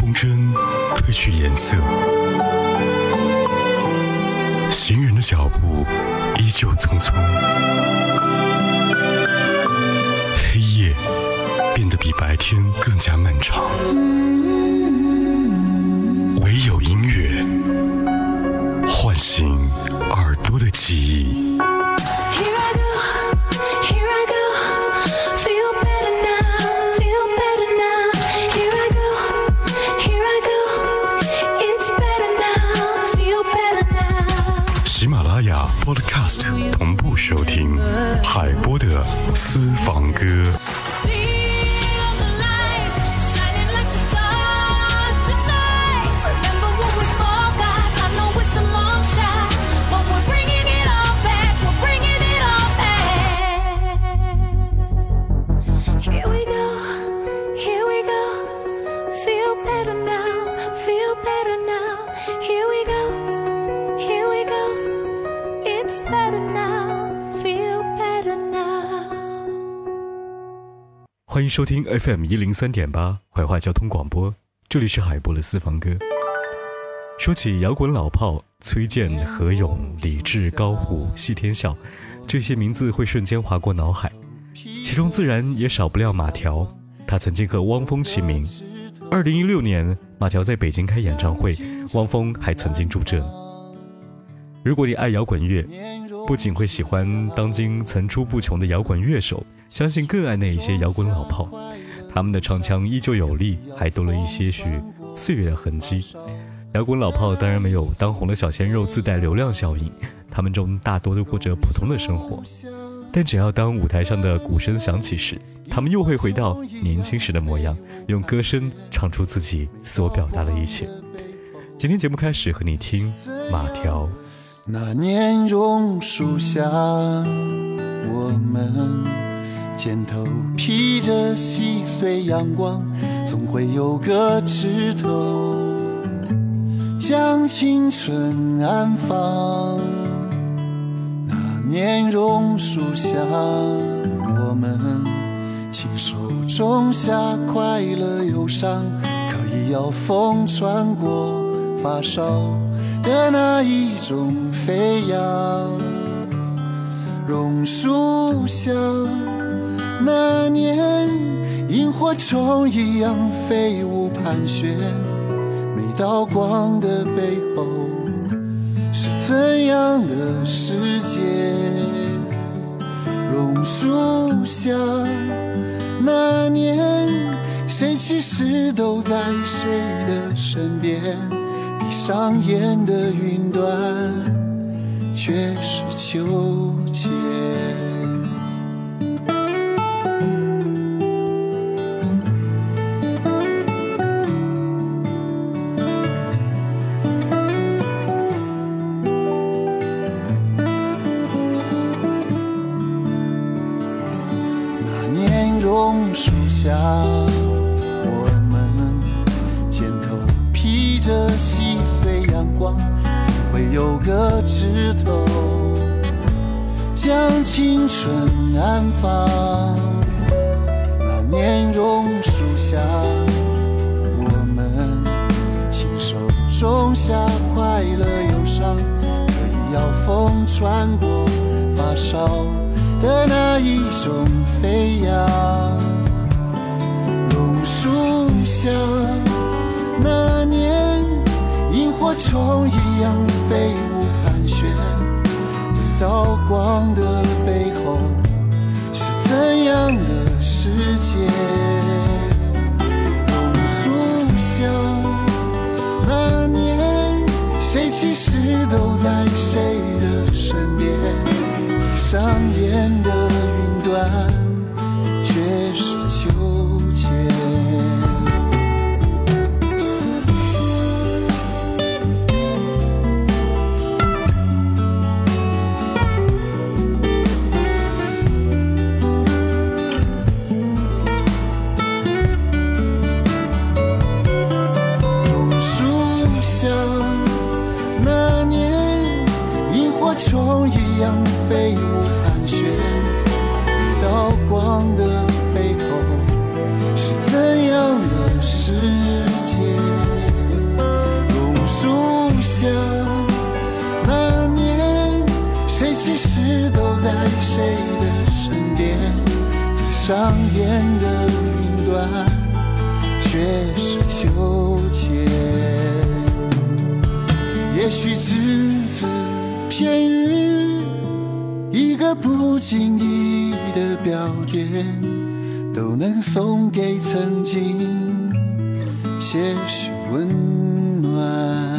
风筝褪去颜色，行人的脚步依旧匆匆，黑夜变得比白天更加漫长，唯有音乐唤醒耳朵的记忆。喜马拉雅 Podcast 同步收听海波的私房歌。欢迎收听 FM103.8 怀化交通广播，这里是海波的私房歌。说起摇滚老炮，崔健、何勇、李志、高虎、谢天笑，这些名字会瞬间划过脑海，其中自然也少不了马条。他曾经和汪峰齐名。2016年，马条在北京开演唱会，汪峰还曾经助阵。如果你爱摇滚乐，不仅会喜欢当今层出不穷的摇滚乐手，相信更爱那一些摇滚老炮，他们的唱腔依旧有力，还多了一些许岁月的痕迹。摇滚老炮当然没有当红的小鲜肉自带流量效应，他们中大多都过着普通的生活，但只要当舞台上的鼓声响起时，他们又会回到年轻时的模样，用歌声唱出自己所表达的一切。今天节目开始和你听马条。 那年榕树下，我们肩头披着细碎阳光，总会有个枝头将青春安放。那年榕树下，我们亲手种下快乐忧伤，可以要风穿过发梢的那一种飞扬。榕树下，那年萤火虫一样飞舞盘旋，每道光的背后是怎样的世界。榕树下，那年谁其实都在谁的身边，闭上眼的云端却是秋千。那年榕树下，我们肩头披着细碎阳光，总会有个枝头将青春安放。那年榕树下，我们亲手种下快乐忧伤，可以要风穿过发梢的那一种飞扬。榕树下，那年萤火虫一样飞舞盘旋，每道光的背后是怎样的世界。榕树下，那年谁其实都在谁的身边，闭上眼的云端却是秋千。虫一样飞舞盘旋， 却是秋千。也许只字片语，一个不经意的标点，都能送给曾经些许温暖。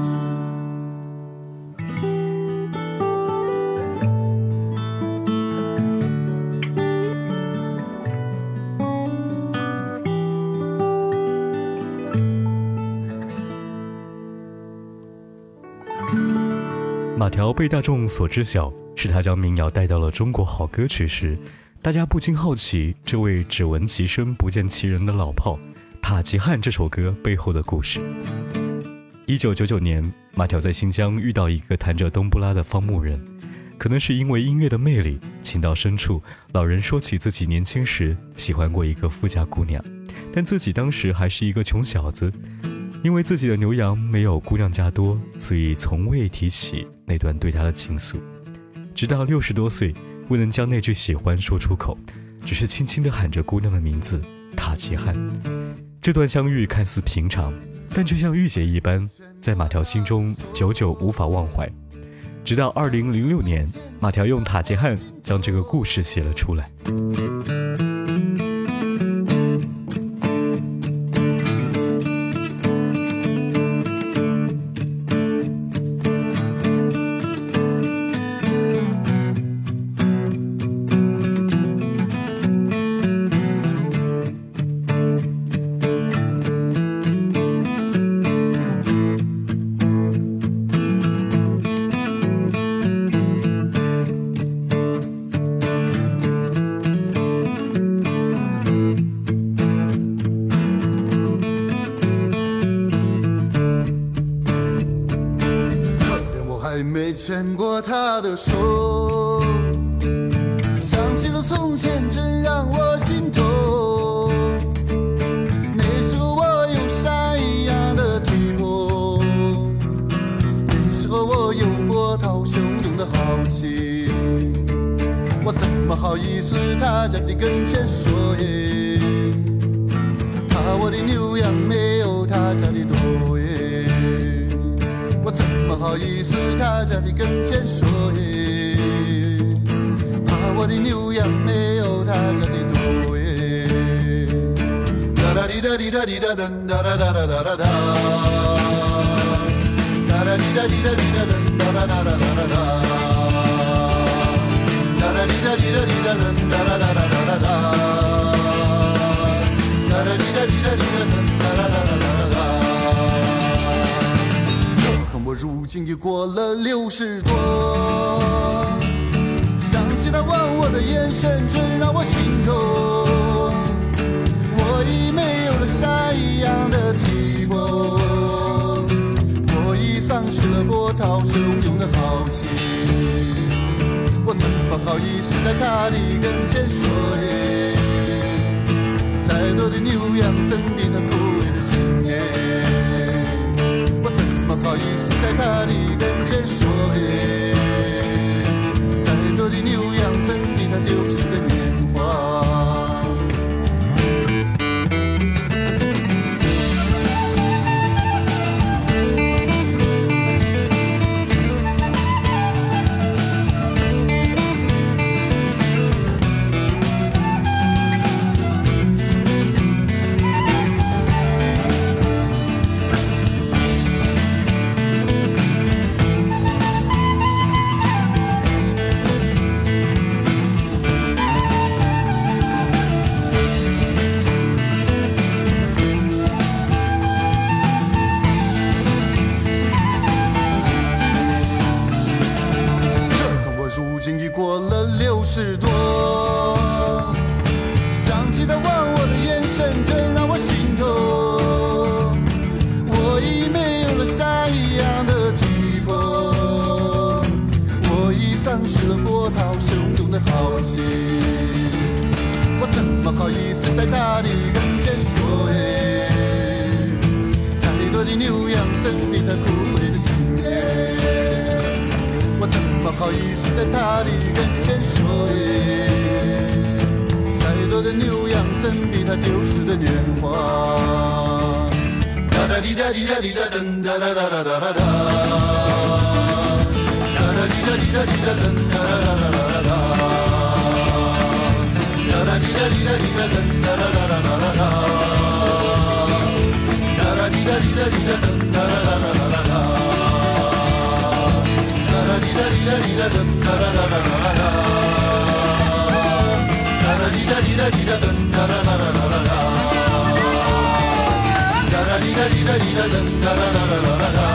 马条被大众所知晓，是他将民谣带到了中国好歌曲时，大家不禁好奇这位只闻其声不见其人的老炮塔吉汉这首歌背后的故事。1999年，马条在新疆遇到一个弹着冬不拉的方木人，可能是因为音乐的魅力，情到深处，老人说起自己年轻时喜欢过一个富家姑娘，但自己当时还是一个穷小子，因为自己的牛羊没有姑娘家多，所以从未提起那段对她的情愫。直到60多岁，未能将那句喜欢说出口，只是轻轻地喊着姑娘的名字塔吉汉。这段相遇看似平常，但却像玉洁一般，在马条心中久久无法忘怀。直到2006年，马条用塔吉汉将这个故事写了出来。 牵过她的手，想起了从前，真让我心痛。那时候我有山一样的体魄，那时候我有波涛汹涌的豪情。我怎么好意思她家的跟前说耶？怕我的牛羊没有她家的多耶。我怎么好意思他家的跟前说耶？怕我的牛羊没有他家的多耶。哒哒滴哒滴哒滴哒噔哒哒哒哒哒哒哒，哒哒滴哒滴哒滴哒噔哒哒哒哒哒哒，哒哒滴哒滴哒滴哒噔哒哒哒哒哒哒，哒哒滴哒滴哒滴哒噔哒哒哒哒哒哒。我如今已过了60多，想起他望我的眼神，真让我心痛。我已没有了山一样的体魄，我已丧失了波涛汹涌的豪情。我怎么好意思在他的跟前说耶？再多的牛羊怎比他枯萎的心耶？不好意思在他的跟前说耶，再多的牛羊怎比他丢失的年华？过了60多，想起他望我的眼神，真让我心痛。我已没有了山一样的体魄，我已丧失了波涛汹涌的豪情。我怎么好意思在他的跟前说耶？再多的牛羊怎比他枯萎的心耶？我怎么好意思在他的跟前说耶？再多的牛羊怎比他丢失的年华？ 滴答滴答滴答噔哒哒哒哒哒哒哒，哒哒滴答滴答滴答噔哒哒哒哒哒哒，哒哒滴答滴答滴答噔哒哒哒哒哒哒，哒哒滴答滴答滴答噔哒哒哒哒哒哒，哒哒滴答滴答滴答噔哒哒哒哒哒哒，哒哒滴答滴答滴答噔哒哒哒哒哒哒。da da di da di da di da da da da da da da da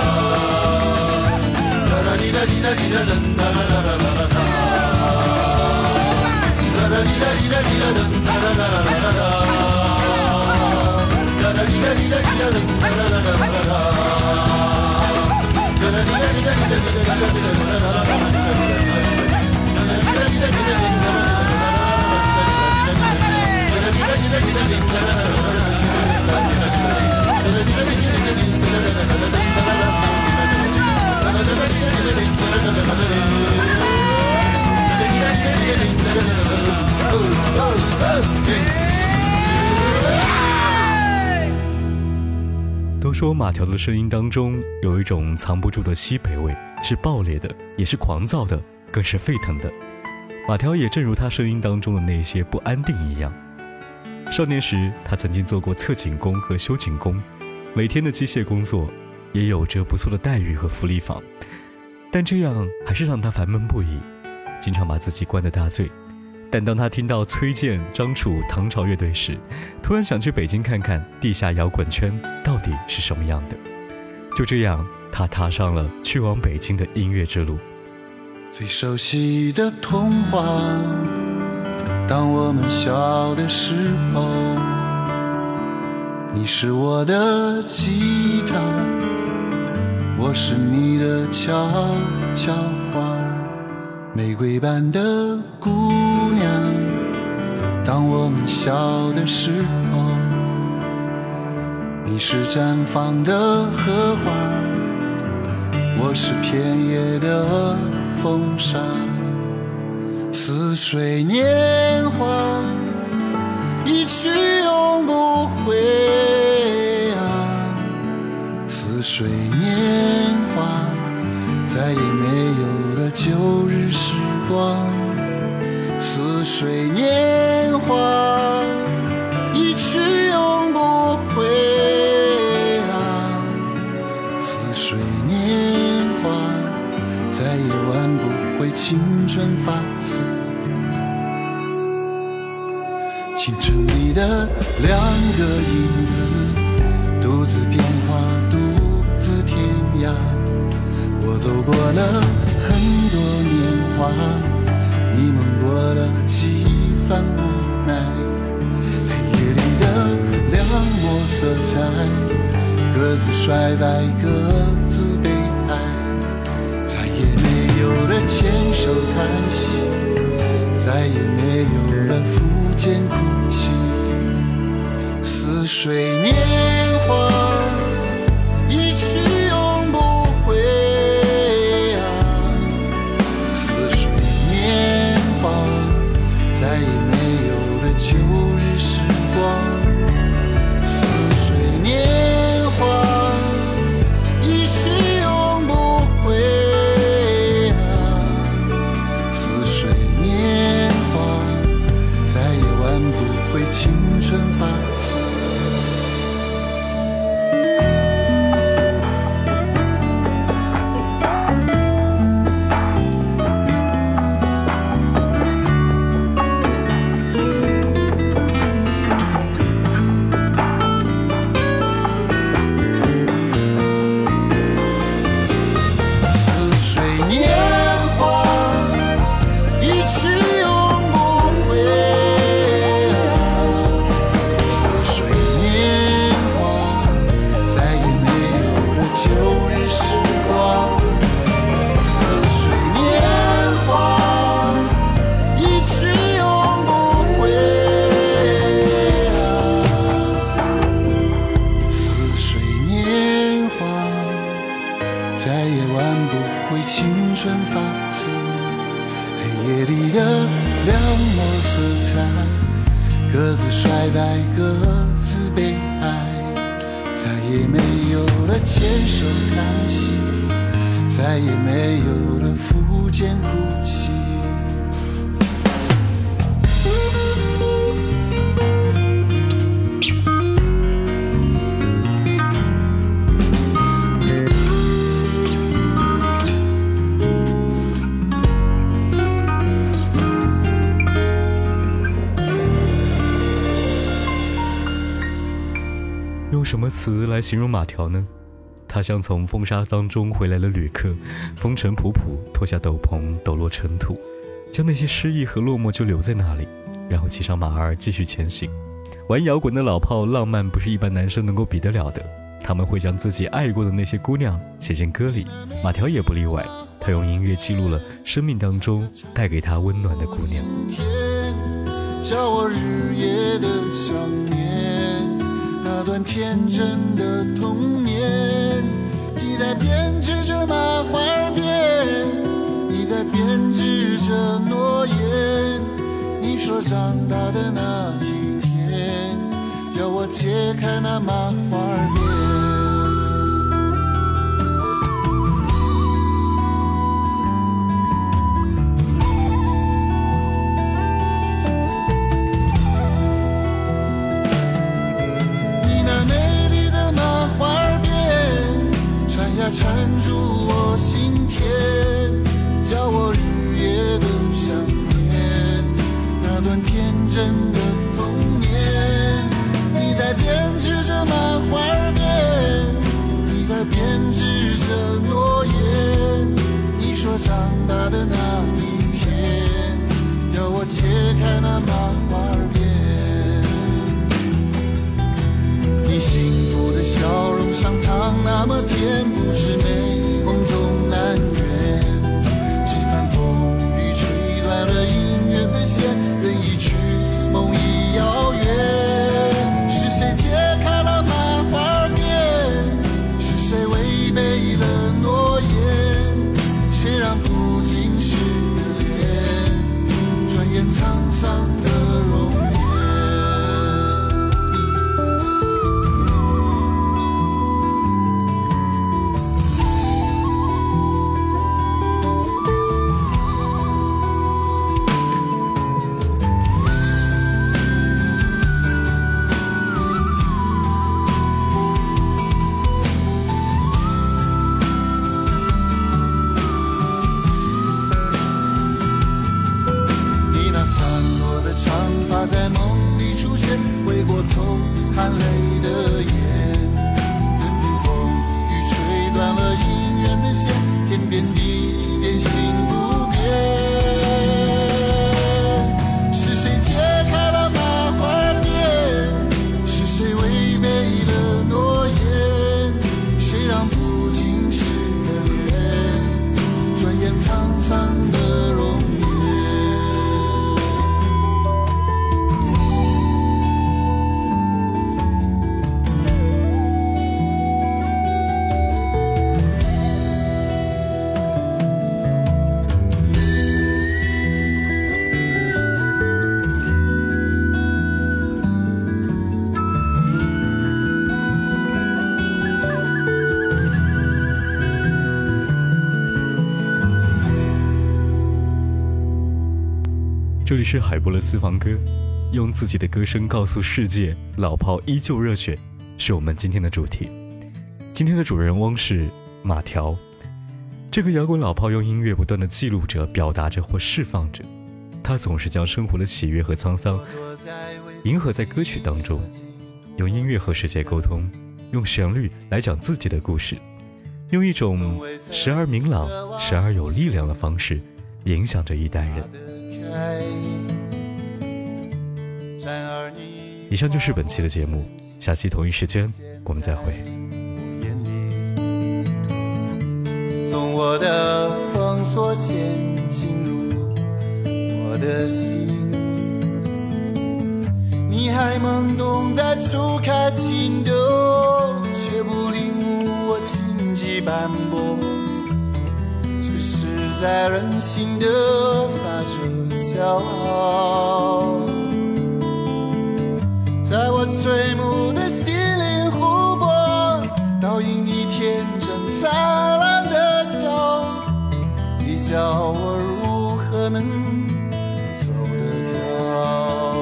da di da di da di da da da da da da da da di da di da di da da da da da da da di da di da di da da da da da da da da di da di da di da di da da da da da da di da di da di da 都说马条的声音当中有一种藏不住的西北味，是爆裂的，也是狂躁的，更是沸腾的。马条也正如他声音当中的那些不安定一样。少年时，他曾经做过测景工和修景工，每天的机械工作也有着不错的待遇和福利房，但这样还是让他烦闷不已，经常把自己关得大醉。但当他听到崔健、张楚、唐朝乐队时，突然想去北京看看地下摇滚圈到底是什么样的。就这样，他踏上了去往北京的音乐之路。 最熟悉的童话，当我们小的时候，你是我的吉他，我是你的悄悄话，玫瑰般的姑娘。当我们小的时候，你是绽放的荷花，我是片叶的风沙。似水年华，一去永不回啊！似水年华，再也没有了旧日时光。似水年华，一去永不回啊！似水年华，再也挽不回青春发丝。青春里的两个影子，独自变化，独自天涯。我走过了很多年华，你蒙过了几番无奈。黑夜里的两抹色彩，各自衰败，各自悲哀。再也没有了牵手谈心，再也没有了扶肩哭泣。似水年华，一去永不回啊！似水年华，再也没有了旧日时光。似水年华，一去永不回啊！似水年华，再也挽不回青春发丝。青春发丝，黑夜里的两抹色彩，各自衰败，各自悲哀。 再也没有了牵手看戏，再也没有了复健哭泣。 用什么词来形容马条呢？他像从风沙当中回来的旅客，风尘仆仆，脱下斗篷，抖落尘土，将那些失意和落寞就留在那里，然后骑上马儿继续前行。玩摇滚的老炮浪漫不是一般男生能够比得了的，他们会将自己爱过的那些姑娘写进歌里，马条也不例外。他用音乐记录了生命当中带给他温暖的姑娘。 叫我日夜的想念，那段天真的童年。你在编织着麻花辫，你在编织着诺言。你说长大的那一天，要我揭开那麻花辫。缠住我心田，叫我日夜的想念那段天真的童年。你在编织着麻花辫，你在编织着诺言。你说长大的那一天，要我揭开那麻花辫。你幸福的笑容像糖那么甜，不是美梦中难圆。几番风雨吹断了姻缘的线，人已去梦已遥远。是谁揭开了麻花辫？是谁违背了诺言？谁让不经事的脸转眼沧桑的容颜？在梦里出现，回过头含泪的眼，任凭风雨吹断了姻缘的线，天边地变心不变。是谁揭开了麻花辫？是谁违背了诺言？谁让不经事的脸转眼沧桑的容颜？ 这里是海波的私房歌，用自己的歌声告诉世界，老炮依旧热血，是我们今天的主题。今天的主人翁是马条，这个摇滚老炮用音乐不断地记录着、表达着或释放着，他总是将生活的喜悦和沧桑迎合在歌曲当中，用音乐和世界沟通，用旋律来讲自己的故事，用一种时而明朗、时而有力量的方式影响着一代人。以上就是本期的节目，下期同一时间我们再会。 从我的封锁线进入我的心，你还懵懂在初开情窦，却不领悟我情迹斑驳，只是在任性的撒着骄傲。在我垂暮的心灵湖泊， 叫我如何能走得掉？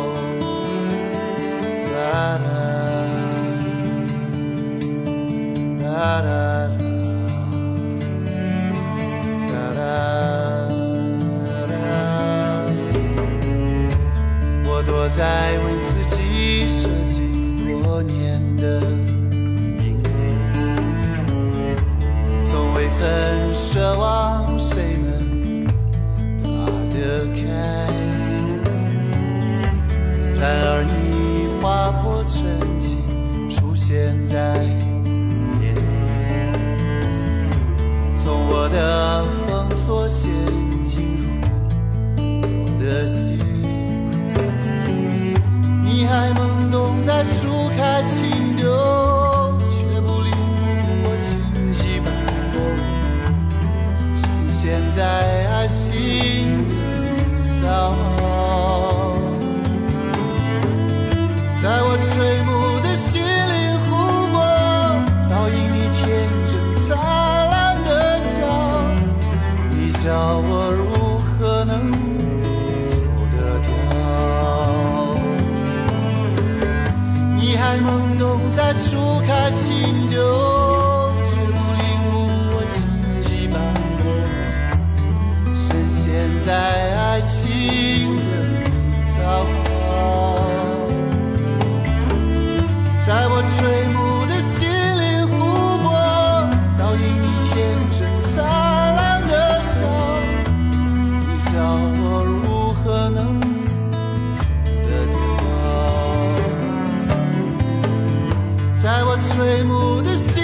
啦啦啦啦啦啦啦，我躲在为自己设计多年的阴影，从未曾奢望谁能打得开。然而你划破沉寂，出现在眼里，从我的封锁线进入我的心。你还懵懂在初开情窦，却不领悟我情急般深陷在爱情的骚扰，在我垂暮的心灵湖泊，倒映你天真灿烂的笑。你叫我如何能走得掉？你还懵懂在初开情窦，却不领悟我情急般深陷在爱情的骚扰，在我垂暮的心灵湖泊，倒映你天真灿烂的笑。你叫我如何能走得掉？在我垂暮的心